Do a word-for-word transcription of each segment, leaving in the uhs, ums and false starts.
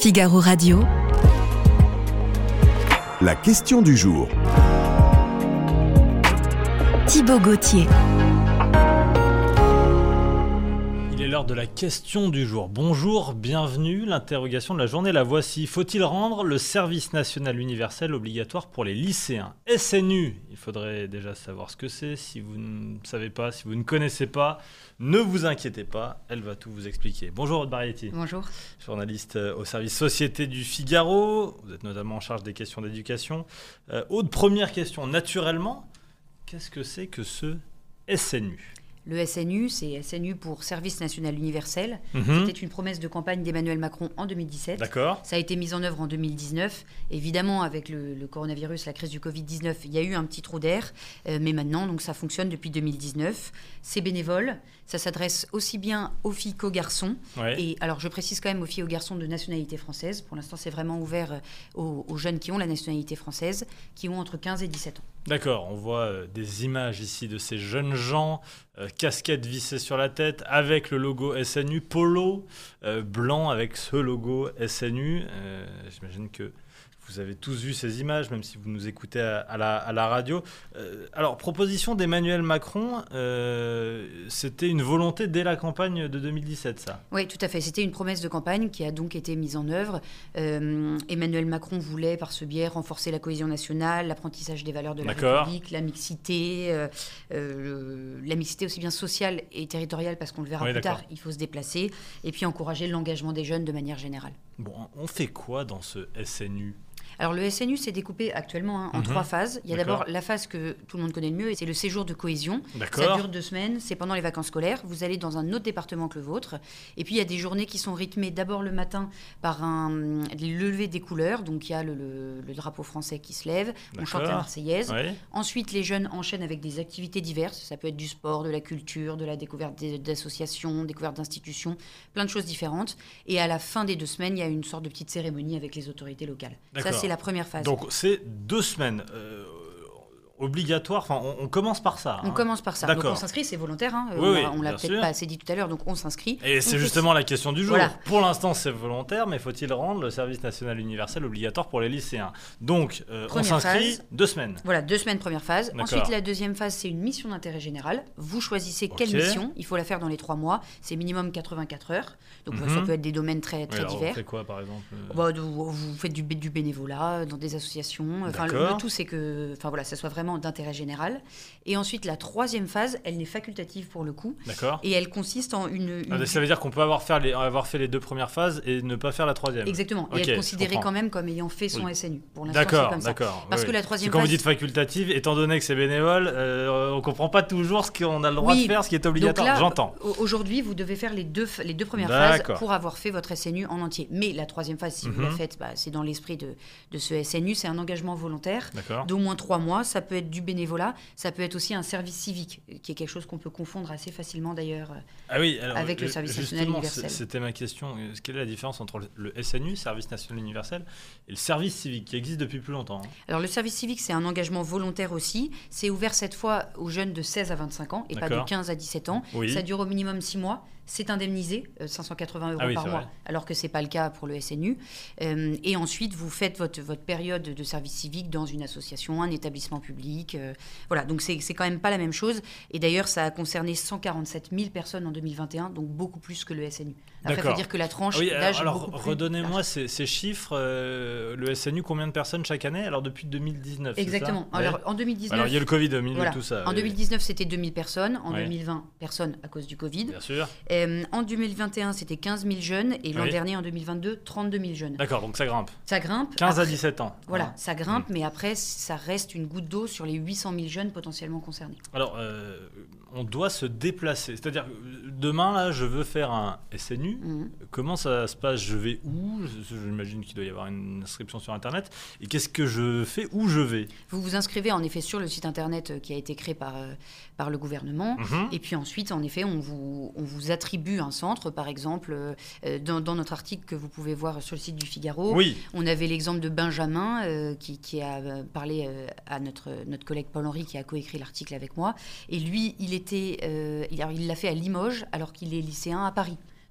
Figaro Radio. La question du jour. Thibaut Gauthier. Il est l'heure de la question du jour. Bonjour, bienvenue. L'interrogation de la journée, la voici. Faut-il rendre le service national universel obligatoire pour les lycéens ? S N U, il faudrait déjà savoir ce que c'est. Si vous ne savez pas, si vous ne connaissez pas, ne vous inquiétez pas, elle va tout vous expliquer. Bonjour Aude Barietti. Bonjour. Journaliste au service Société du Figaro. Vous êtes notamment en charge des questions d'éducation. Euh, Aude, première question. Naturellement, qu'est-ce que c'est que ce S N U ? Le S N U, c'est S N U pour Service National Universel. Mmh. C'était une promesse de campagne d'Emmanuel Macron en deux mille dix-sept. D'accord. Ça a été mis en œuvre en deux mille dix-neuf. Évidemment, avec le, le coronavirus, la crise du covid dix-neuf, il y a eu un petit trou d'air. Euh, mais maintenant, donc, ça fonctionne depuis deux mille dix-neuf. C'est bénévole. Ça s'adresse aussi bien aux filles qu'aux garçons. Ouais. Et alors, je précise quand même aux filles et aux garçons de nationalité française. Pour l'instant, c'est vraiment ouvert aux, aux jeunes qui ont la nationalité française, qui ont entre quinze et dix-sept ans. D'accord, on voit euh, des images ici de ces jeunes gens, euh, casquettes vissées sur la tête, avec le logo S N U, polo euh, blanc avec ce logo S N U. Euh, j'imagine que vous avez tous vu ces images, même si vous nous écoutez à, à, la, à la radio. Euh, alors, proposition d'Emmanuel Macron, euh, c'était une volonté dès la campagne de deux mille dix-sept, ça ? Oui, tout à fait. C'était une promesse de campagne qui a donc été mise en œuvre. Euh, Emmanuel Macron voulait, par ce biais, renforcer la cohésion nationale, l'apprentissage des valeurs de la D'accord. République, la mixité, euh, euh, la mixité aussi bien sociale et territoriale, parce qu'on le verra Oui, plus d'accord. tard, il faut se déplacer, et puis encourager l'engagement des jeunes de manière générale. Bon, on fait quoi dans ce S N U ? Alors le S N U s'est découpé actuellement hein, en Mmh. trois phases. Il y a D'accord. d'abord la phase que tout le monde connaît le mieux, et c'est le séjour de cohésion. D'accord. Ça dure deux semaines, c'est pendant les vacances scolaires. Vous allez dans un autre département que le vôtre. Et puis il y a des journées qui sont rythmées d'abord le matin par un le lever des couleurs. Donc il y a le, le, le drapeau français qui se lève, on D'accord. chante la Marseillaise. Ouais. Ensuite, les jeunes enchaînent avec des activités diverses. Ça peut être du sport, de la culture, de la découverte des- d'associations, découverte d'institutions, plein de choses différentes. Et à la fin des deux semaines, il y a une sorte de petite cérémonie avec les autorités locales. Ça, D'accord. c'est la première phase. Donc, c'est deux semaines euh, obligatoires. Enfin, on, on commence par ça. On hein. commence par ça. Donc D'accord. on s'inscrit, c'est volontaire. Hein. Oui, on oui, l'a- on l'a bien peut-être sûr. pas assez dit tout à l'heure, donc on s'inscrit. Et On c'est fait- justement la question du jour. Voilà. Pour l'instant, c'est volontaire, mais faut-il rendre le service national universel obligatoire pour les lycéens ? Donc, euh, on Première s'inscrit phase. deux semaines. Voilà, deux semaines, première phase. D'accord. Ensuite, la deuxième phase, c'est une mission d'intérêt général. Vous choisissez quelle Ok. mission. Il faut la faire dans les trois mois. C'est minimum quatre-vingt-quatre heures. Donc Mhm. ça peut être des domaines très, très Oui, alors, on divers. fait quoi, par exemple euh, Bah, de- vous faites du, bé- du bénévolat dans des associations. Enfin, le, D'accord. le tout, c'est que enfin, voilà, ça soit vraiment d'intérêt général. Et ensuite, la troisième phase, elle n'est facultative pour le coup. D'accord. Et elle consiste en une... une- Ah, ça veut dire qu'on peut avoir, faire les, avoir fait les deux premières phases et ne pas faire la troisième. Exactement. Et Ok, elle est je considérée comprends. quand même comme ayant fait son Oui. S N U. Pour l'instant, c'est D'accord, comme ça. d'accord. Parce oui, que la oui. troisième Quand vous phase- dites facultative, étant donné que c'est bénévole, euh, on ne comprend pas toujours ce qu'on a le droit Oui. de faire, ce qui est obligatoire. Donc là, J'entends. au- Aujourd'hui, vous devez faire les deux, les deux premières D'accord. phases pour avoir fait votre S N U en entier. Mais la troisième phase, si vous Mhm. la faites, bah, c'est dans l'esprit de, de ce S N U, c'est un engagement volontaire D'accord. d'au moins trois mois. Ça peut être du bénévolat, ça peut être aussi un service civique, qui est quelque chose qu'on peut confondre assez facilement d'ailleurs. Ah oui, alors, avec le ju- service national justement, universel. c- C'était ma question. Euh, Quelle est la différence entre le- le S N U, service national universel, et le service civique, qui existe depuis plus longtemps hein Alors le service civique, c'est un engagement volontaire aussi. C'est ouvert cette fois aux jeunes de seize à vingt-cinq ans et pas de D'accord. quinze à dix-sept ans. Oui. Ça dure au minimum six mois. C'est indemnisé, euh, cinq cent quatre-vingts euros Ah oui, par c'est mois, vrai. alors que ce n'est pas le cas pour le S N U. Euh, et ensuite, vous faites votre, votre période de service civique dans une association, un établissement public. euh, voilà, donc c'est c'est quand même pas la même chose. Et d'ailleurs, ça a concerné cent quarante-sept mille personnes en deux mille vingt et un, donc beaucoup plus que le S N U. Après, il faut D'accord. dire que la tranche Ah oui, d'âge est alors beaucoup plus redonnez-moi large. ces, ces chiffres. euh, le S N U, combien de personnes chaque année ? Alors depuis deux mille dix-neuf. c'est Exactement. ça Alors Ouais. en deux mille dix-neuf... Alors il y a le Covid au milieu Voilà. de tout ça. En oui. deux mille dix-neuf, c'était deux mille personnes. En Ouais. deux mille vingt, personnes à cause du Covid. Bien sûr. Euh, en deux mille vingt et un, c'était quinze mille jeunes. Et l'an Oui. dernier, en deux mille vingt-deux, trente-deux mille jeunes. D'accord, donc ça grimpe. Ça grimpe. quinze à Après- dix-sept ans. Voilà, Hein. ça grimpe, mais après, ça reste une goutte d'eau sur les huit cent mille jeunes potentiellement concernés. Alors, euh, on doit se déplacer. C'est-à-dire, euh, demain, là, je veux faire un S N U. Mhm. Comment ça se passe ? Je vais où ? Je- J'imagine qu'il doit y avoir une inscription sur Internet. Et qu'est-ce que je fais ? Où je vais ? Vous vous inscrivez en effet sur le site internet euh, qui a été créé par, euh, par le gouvernement. Mhm. Et puis ensuite, en effet, on vous, on vous attribue un centre. Par exemple, euh, dans, dans notre article que vous pouvez voir sur le site du Figaro, Oui. on avait l'exemple de Benjamin euh, qui, qui a euh, parlé euh, à notre, notre collègue Paul-Henri qui a coécrit l'article avec moi. Et lui, il était, euh, il, alors, il l'a fait à Limoges alors qu'il est lycéen à Paris.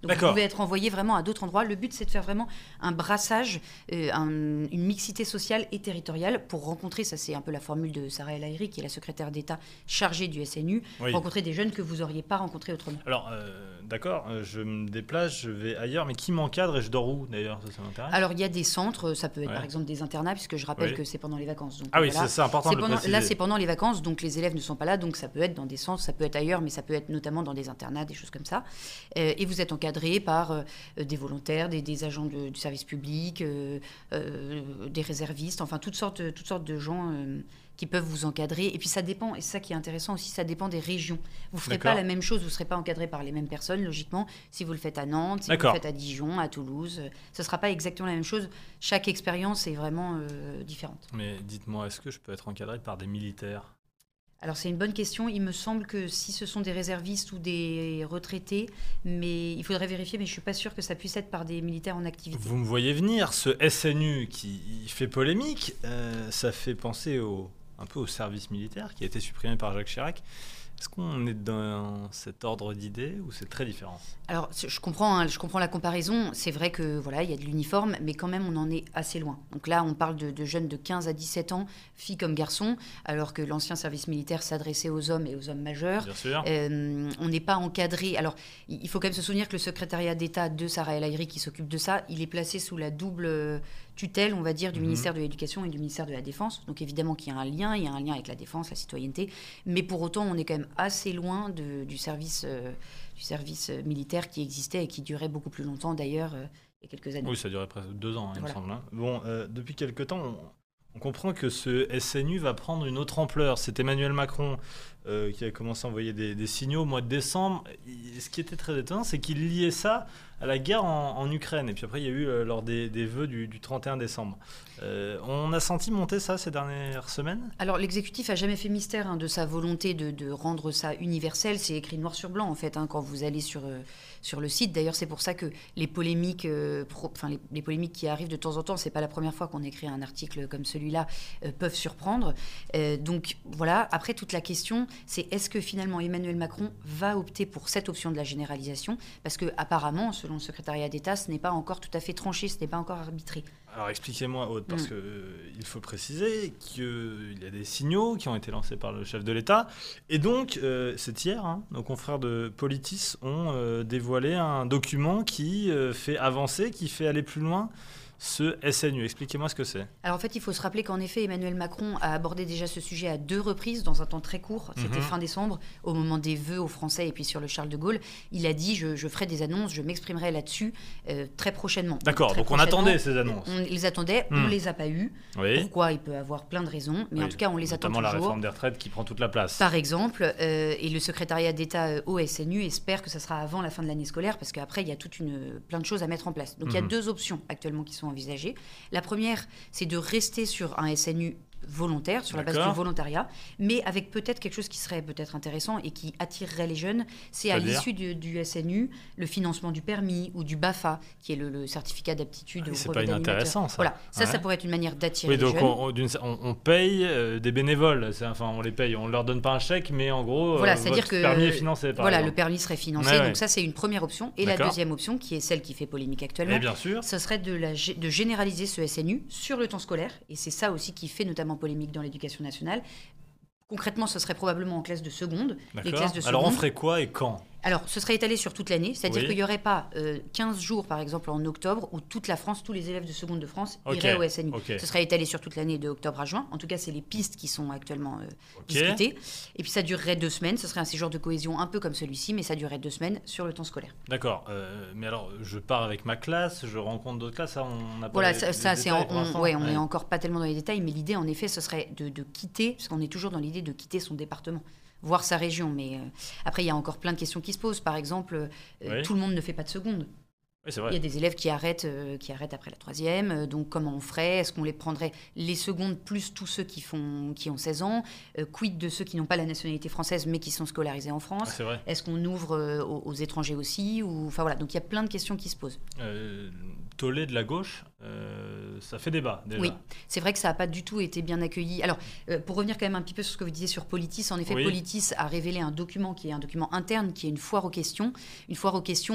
Donc D'accord. vous pouvez être envoyé vraiment à d'autres endroits. Le but, c'est de faire vraiment un brassage, euh, un, une mixité sociale et territoriale pour rencontrer, ça c'est un peu la formule de Sarah El Haïry, qui est la secrétaire d'État chargée du S N U, Oui. rencontrer des jeunes que vous n'auriez pas rencontrés autrement. Alors, euh, d'accord, euh, je me déplace, je vais ailleurs, mais qui m'encadre et je dors où d'ailleurs? Ça, ça m'intéresse. Alors il y a des centres, ça peut être Ouais. par exemple des internats, puisque je rappelle Oui. que c'est pendant les vacances. Donc, Ah oui, voilà. c'est, c'est important C'est de le pendant- préciser. là, c'est pendant les vacances, donc les élèves ne sont pas là, donc ça peut être dans des centres, ça peut être ailleurs, mais ça peut être notamment dans des internats, des choses comme ça. Euh, et vous êtes encadré par euh, des volontaires, des, des agents de- du service public, euh, euh, des réservistes, enfin toutes sortes, toutes sortes de gens euh, qui peuvent vous encadrer. Et puis ça dépend, et c'est ça qui est intéressant aussi, ça dépend des régions. Vous ne ferez D'accord. pas la même chose, vous ne serez pas encadré par les mêmes personnes, logiquement, si vous le faites à Nantes, si vous D'accord. le faites à Dijon, à Toulouse. euh, Ce ne sera pas exactement la même chose. Chaque expérience est vraiment euh, différente. Mais dites-moi, est-ce que je peux être encadré par des militaires? Alors c'est une bonne question. Il me semble que si ce sont des réservistes ou des retraités, mais il faudrait vérifier, mais je ne suis pas sûre que ça puisse être par des militaires en activité. Vous me voyez venir, ce S N U qui fait polémique, euh, ça fait penser au, un peu au service militaire qui a été supprimé par Jacques Chirac. Est-ce qu'on est dans cet ordre d'idées ou c'est très différent? Alors, je comprends, hein, je comprends la comparaison. C'est vrai que voilà, il y a de l'uniforme, mais quand même, on en est assez loin. Donc là, on parle de, de jeunes de quinze à dix-sept ans, filles comme garçons, alors que l'ancien service militaire s'adressait aux hommes et aux hommes majeurs. Bien sûr. Euh, on n'est pas encadré. Alors, il faut quand même se souvenir que le secrétariat d'État de Sarah El Haïry qui s'occupe de ça, il est placé sous la double tutelle, on va dire, du Mhm. ministère de l'Éducation et du ministère de la Défense. Donc évidemment qu'il y a un lien, il y a un lien avec la défense, la citoyenneté, mais pour autant, on est quand même assez loin de- du service, euh, du service euh, militaire qui existait et qui durait beaucoup plus longtemps d'ailleurs euh, il y a quelques années. Oui, ça durait presque deux ans, hein, il Voilà. me semble. hein. Bon, euh, depuis quelque temps, on, on comprend que ce S N U va prendre une autre ampleur. C'est Emmanuel Macron euh, qui a commencé à envoyer des, des signaux au mois de décembre. Et ce qui était très étonnant, c'est qu'il liait ça à la guerre en, en Ukraine. Et puis après, il y a eu euh, lors des, des vœux du, du trente et un décembre. Euh, on a senti monter ça ces dernières semaines? Alors l'exécutif a jamais fait mystère hein, de sa volonté de, de rendre ça universel. C'est écrit noir sur blanc en fait hein, quand vous allez sur, euh, sur le site. D'ailleurs c'est pour ça que les polémiques, euh, pro- enfin les, les polémiques qui arrivent de temps en temps, c'est pas la première fois qu'on écrit un article comme celui-là, euh, peuvent surprendre. Euh, donc voilà. Après toute la question, c'est est-ce que finalement Emmanuel Macron va opter pour cette option de la généralisation? Parce que apparemment, selon le secrétariat d'État, ce n'est pas encore tout à fait tranché, ce n'est pas encore arbitré. Alors expliquez-moi, Aude, parce Mm. que euh, il faut préciser qu'il y a des signaux qui ont été lancés par le chef de l'État. Et donc, euh, c'est hier, hein, nos confrères de Politis ont euh, dévoilé un document qui euh, fait avancer, qui fait aller plus loin ce S N U. Expliquez-moi ce que c'est. Alors en fait, il faut se rappeler qu'en effet, Emmanuel Macron a abordé déjà ce sujet à deux reprises dans un temps très court. C'était Mhm. fin décembre, au moment des vœux aux Français et puis sur le Charles de Gaulle. Il a dit je, je ferai des annonces, je m'exprimerai là-dessus euh, très prochainement. D'accord, Très donc on prochainement, attendait ces annonces. On les attendait, on Hmm. les a pas eues. Oui. Pourquoi? Il peut avoir plein de raisons, mais Oui, en tout cas, on les attend notamment la toujours. réforme des retraites qui prend toute la place. Par exemple, euh, et le secrétariat d'État euh, au S N U espère que ça sera avant la fin de l'année scolaire, parce qu'après, il y a toute une, plein de choses à mettre en place. Donc il y a Mhm. deux options actuellement qui sont envisagées. La première, c'est de rester sur un S N U volontaire, sur la base D'accord. du volontariat, mais avec peut-être quelque chose qui serait peut-être intéressant et qui attirerait les jeunes, c'est à C'est-à-dire l'issue du, du S N U, le financement du permis ou du BAFA, qui est le, le certificat d'aptitude Ah, au c'est brevet pas d'animateur. inintéressant, ça. Voilà, ça, ça Ouais. pourrait être une manière d'attirer Oui, les donc jeunes. on, on- d'une- on- on paye euh, des bénévoles. C'est- Enfin, on les paye. On leur donne pas un chèque, mais en gros, Voilà, euh, c'est-à-dire votre que permis est financé. Par voilà, le exemple. permis serait financé. Ouais, ouais. Donc ça, c'est une première option. Et la D'accord. deuxième option, qui est celle qui fait polémique actuellement, Et bien sûr. ce serait de, la, gé- de généraliser ce S N U sur le temps scolaire. Et c'est ça aussi qui fait notamment polémique dans l'éducation nationale. Concrètement, ce serait probablement en classe de seconde. Les D'accord. classes de Alors on seconde. ferait quoi et quand? Alors, ce serait étalé sur toute l'année, c'est-à-dire Oui. qu'il n'y aurait pas euh, quinze jours, par exemple, en octobre, où toute la France, tous les élèves de seconde de France Ok, iraient au S N U. ok. Ce serait étalé sur toute l'année de octobre à juin. En tout cas, c'est les pistes qui sont actuellement euh, Ok. discutées. Et puis, ça durerait deux semaines. Ce serait un séjour de cohésion un peu comme celui-ci, mais ça durerait deux semaines sur le temps scolaire. D'accord. euh, mais alors, je pars avec ma classe, je rencontre d'autres classes. Ça, on n'a pas. Voilà, les- ça, les ça, c'est détails en- pour on, l'instant. ouais, on n'est Ouais. encore pas tellement dans les détails, mais l'idée, en effet, ce serait de, de quitter, parce qu'on est toujours dans l'idée de quitter son département, voire sa région. Mais euh, après, il y a encore plein de questions qui se posent. Par exemple, euh, Oui. tout le monde ne fait pas de seconde. Oui, c'est Il y vrai. a des élèves qui arrêtent, euh, qui arrêtent après la troisième. euh, donc, comment on ferait? Est-ce qu'on les prendrait les secondes plus tous ceux qui, font, qui ont seize ans? Euh, Quid de ceux qui n'ont pas la nationalité française mais qui sont scolarisés en Ah, France? c'est vrai. Est-ce qu'on ouvre euh, aux, aux étrangers aussi ou... Enfin voilà, donc il y a plein de questions qui se posent. Euh, tollé de la gauche, euh, ça fait débat déjà. Oui, c'est vrai que ça n'a pas du tout été bien accueilli. Alors, euh, pour revenir quand même un petit peu sur ce que vous disiez sur Politis, en effet, Oui. Politis a révélé un document qui est un document interne, qui est une foire aux questions. Une foire aux questions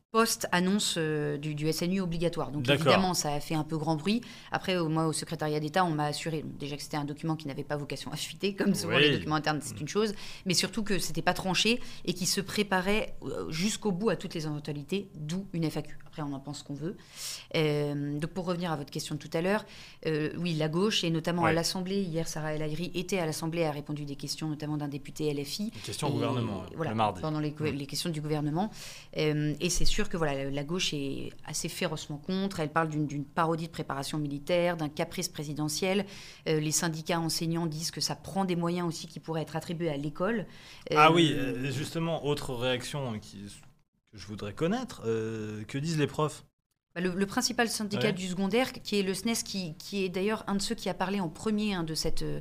post-annonce euh, du, du S N U obligatoire. Donc D'accord. évidemment, ça a fait un peu grand bruit. Après, euh, moi, au secrétariat d'État, on m'a assuré bon, déjà que c'était un document qui n'avait pas vocation à fuiter, comme souvent Oui. les documents internes, c'est une chose, mais surtout que c'était pas tranché et qui se préparait euh, jusqu'au bout à toutes les éventualités, d'où une F A Q. Après, on en pense ce qu'on veut. Euh, donc pour revenir à votre question de tout à l'heure, euh, oui, la gauche, et notamment Ouais. à l'Assemblée, hier, Sarah El Haïry était à l'Assemblée, a répondu des questions, notamment d'un député L F I. Une question Et au gouvernement, voilà, le mardi. pendant les, Mmh. les questions du gouvernement. Euh, et c'est sûr que voilà, la gauche est assez férocement contre. Elle parle d'une, d'une parodie de préparation militaire, d'un caprice présidentiel. Euh, les syndicats enseignants disent que ça prend des moyens aussi qui pourraient être attribués à l'école. Ah Euh, oui, euh, justement, autre réaction qui, que je voudrais connaître. Euh, que disent les profs? Bah, Le, le principal syndicat Ouais. du secondaire, qui est le S N E S, qui, qui est d'ailleurs un de ceux qui a parlé en premier hein, de, cette, euh,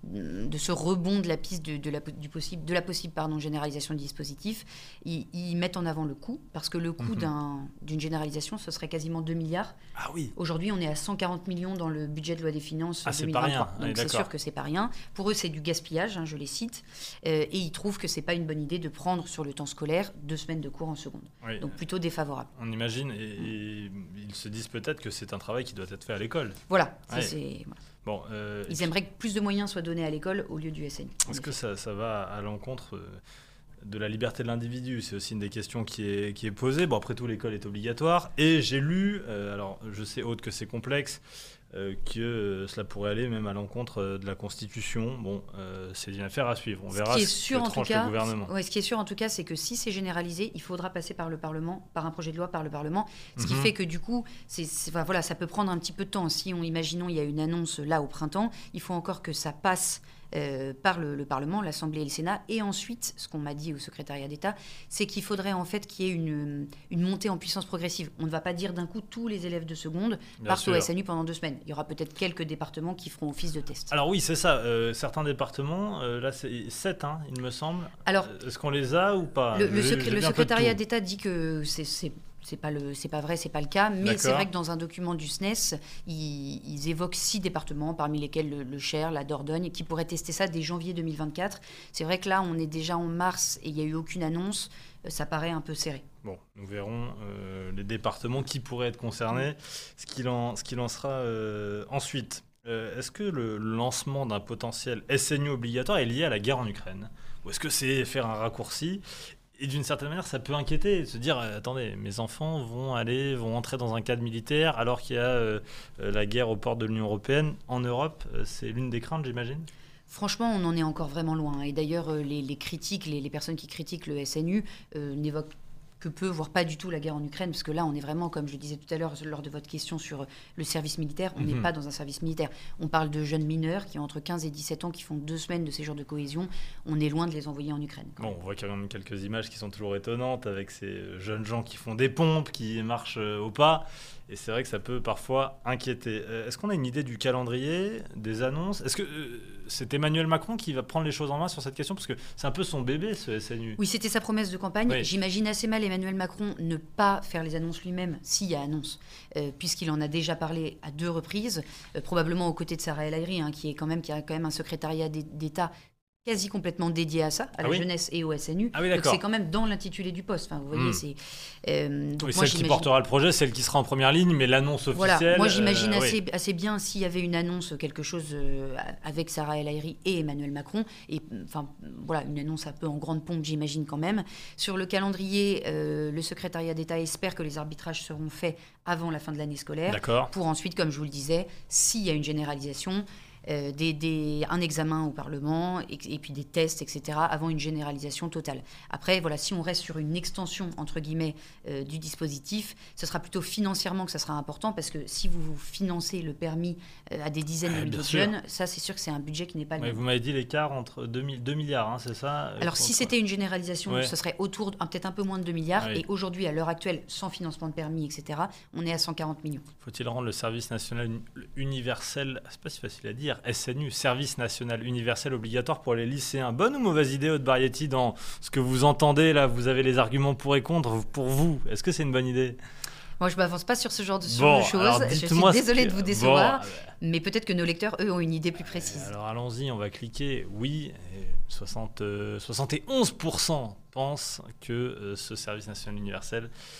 de ce rebond de la piste de, de la, du possible, de la possible pardon, généralisation du dispositif, ils, ils mettent en avant le coût, parce que le coût Mhm. d'un, d'une généralisation, ce serait quasiment deux milliards. Ah oui. Aujourd'hui, on est à cent quarante millions dans le budget de loi des finances Ah, c'est deux mille vingt-trois. pas rien. Donc Oui, c'est d'accord. sûr que c'est pas rien. Pour eux, c'est du gaspillage, hein, je les cite. Euh, et ils trouvent que c'est pas une bonne idée de prendre sur le temps scolaire deux semaines de cours en seconde. Oui. Donc plutôt défavorable. On imagine, et, et ils se disent peut-être que c'est un travail qui doit être fait à l'école. Voilà. ça, Ouais. c'est, voilà. Bon, euh, Ils aimeraient que plus de moyens soient donnés à l'école au lieu du S N U. en est-ce que effet. ça, ça va à l'encontre euh, de la liberté de l'individu? C'est aussi une des questions qui est, qui est posée. Bon, après tout, l'école est obligatoire. Et j'ai lu, euh, alors je sais, Aude, que c'est complexe, euh, que euh, cela pourrait aller même à l'encontre euh, de la Constitution. Bon, euh, c'est une affaire à suivre. On Ce verra qui est ce sûr, que en tout tranche cas, le gouvernement. ouais, ce qui est sûr en tout cas, c'est que si c'est généralisé, il faudra passer par le Parlement, par un projet de loi par le Parlement. Ce qui Mhm. fait que du coup, c'est, c'est- enfin, voilà, ça peut prendre un petit peu de temps. Si on imaginons il y a une annonce là au printemps, il faut encore que ça passe euh, par le, le Parlement, l'Assemblée et le Sénat. Et ensuite, ce qu'on m'a dit au secrétariat d'État, c'est qu'il faudrait en fait qu'il y ait une, une montée en puissance progressive. On ne va pas dire d'un coup tous les élèves de seconde Bien partent au sûr. S N U pendant deux semaines. Il y aura peut-être quelques départements qui feront office de test. Alors oui, c'est ça. euh, certains départements, euh, là c'est sept, hein, il me semble. Alors, Euh, Est-ce qu'on les a ou pas? Le, le J'ai- secré- j'ai le vu un peu de secrétariat tout. d'État dit que c'est c'est c'est pas le c'est pas vrai, c'est pas le cas, mais c'est D'accord. vrai que dans un document du S N E S, ils, ils évoquent six départements, parmi lesquels le, le Cher, la Dordogne, qui pourraient tester ça dès janvier deux mille vingt-quatre. C'est vrai que là, on est déjà en mars et il n'y a eu aucune annonce. Euh, Ça paraît un peu serré. Bon, nous verrons euh, les départements qui pourraient être concernés, ce qu'il en, ce qu'il en sera euh, ensuite. Euh, est-ce que le lancement d'un potentiel S N U obligatoire est lié à la guerre en Ukraine? Ou est-ce que c'est faire un raccourci? Et d'une certaine manière, ça peut inquiéter, de se dire, euh, attendez, mes enfants vont aller, vont entrer dans un cadre militaire alors qu'il y a euh, euh, la guerre aux portes de l'Union européenne. En Europe, euh, c'est l'une des craintes, j'imagine? Franchement, on en est encore vraiment loin. Et d'ailleurs, euh, les, les critiques, les, les personnes qui critiquent le S N U euh, n'évoquent que peu, voire pas du tout la guerre en Ukraine, parce que là, on est vraiment, comme je le disais tout à l'heure lors de votre question sur le service militaire, on n'est Mhm. pas dans un service militaire. On parle de jeunes mineurs qui ont entre quinze et dix-sept ans, qui font deux semaines de séjour de cohésion. On est loin de les envoyer en Ukraine. quand Bon, même. on voit quand même quelques images qui sont toujours étonnantes avec ces jeunes gens qui font des pompes, qui marchent euh, au pas. Et c'est vrai que ça peut parfois inquiéter. Euh, Est-ce qu'on a une idée du calendrier, des annonces? Est-ce que euh, c'est Emmanuel Macron qui va prendre les choses en main sur cette question? Parce que c'est un peu son bébé, ce S N U. Oui, c'était sa promesse de campagne. Oui. J'imagine assez mal Emmanuel Macron ne pas faire les annonces lui-même, s'il y a annonce, euh, puisqu'il en a déjà parlé à deux reprises, euh, probablement aux côtés de Sarah El Haïry, hein, qui, est quand même, qui a quand même un secrétariat d'É- d'État quasi complètement dédié à ça, à Ah la oui jeunesse et au S N U. Ah oui, Donc d'accord. c'est quand même dans l'intitulé du poste. Enfin, vous voyez, Hmm. c'est... euh, donc Oui, moi, celle qui j'imagine- portera le projet, celle qui sera en première ligne, mais l'annonce officielle. Voilà, moi j'imagine euh, assez, oui. assez bien s'il y avait une annonce, quelque chose euh, avec Sarah El Haïry et Emmanuel Macron, et enfin voilà, une annonce un peu en grande pompe, j'imagine quand même. Sur le calendrier, euh, le secrétariat d'État espère que les arbitrages seront faits avant la fin de l'année scolaire, D'accord. pour ensuite, comme je vous le disais, s'il y a une généralisation, euh, des, des- un examen au Parlement et, et puis des tests, et cetera, avant une généralisation totale. Après, voilà, si on reste sur une extension, entre guillemets, euh, du dispositif, ce sera plutôt financièrement que ça sera important, parce que si vous, vous financez le permis euh, à des dizaines Ouais, de bien milliers de sûr. jeunes, ça, c'est sûr que c'est un budget qui n'est pas le Ouais, même. vous m'avez dit l'écart entre deux milliards, hein, c'est ça? euh, Alors, pour- si c'était une généralisation, Ouais. ce serait autour, de- peut-être un peu moins de deux milliards. Ah oui. Et aujourd'hui, à l'heure actuelle, sans financement de permis, et cetera, on est à cent quarante millions. Faut-il rendre le service national uni- universel, c'est pas si facile à dire, S N U, service national universel obligatoire pour les lycéens? Bonne ou mauvaise idée, Aude Barietti, dans ce que vous entendez là? Vous avez les arguments pour et contre. Pour vous, est-ce que c'est une bonne idée? Moi, je m'avance pas sur ce genre de, sur Bon, de choses. alors, Je suis dites-moi ce désolée que- de vous décevoir, Bon, mais peut-être que nos lecteurs, eux, ont une idée plus précise. alors allons-y, on va cliquer. Oui, et soixante, euh, soixante et onze pour cent pensent que euh, ce service national universel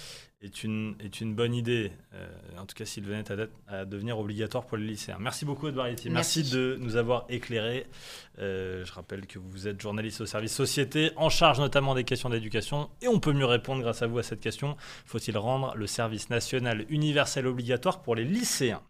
est une, est une bonne idée, euh, en tout cas s'il venait à, à devenir obligatoire pour les lycéens. Merci beaucoup Aude Barietti, merci. merci de nous avoir éclairés. Euh, je rappelle que vous êtes journaliste au service Société, en charge notamment des questions d'éducation, et on peut mieux répondre grâce à vous à cette question. Faut-il rendre le service national universel obligatoire pour les lycéens ?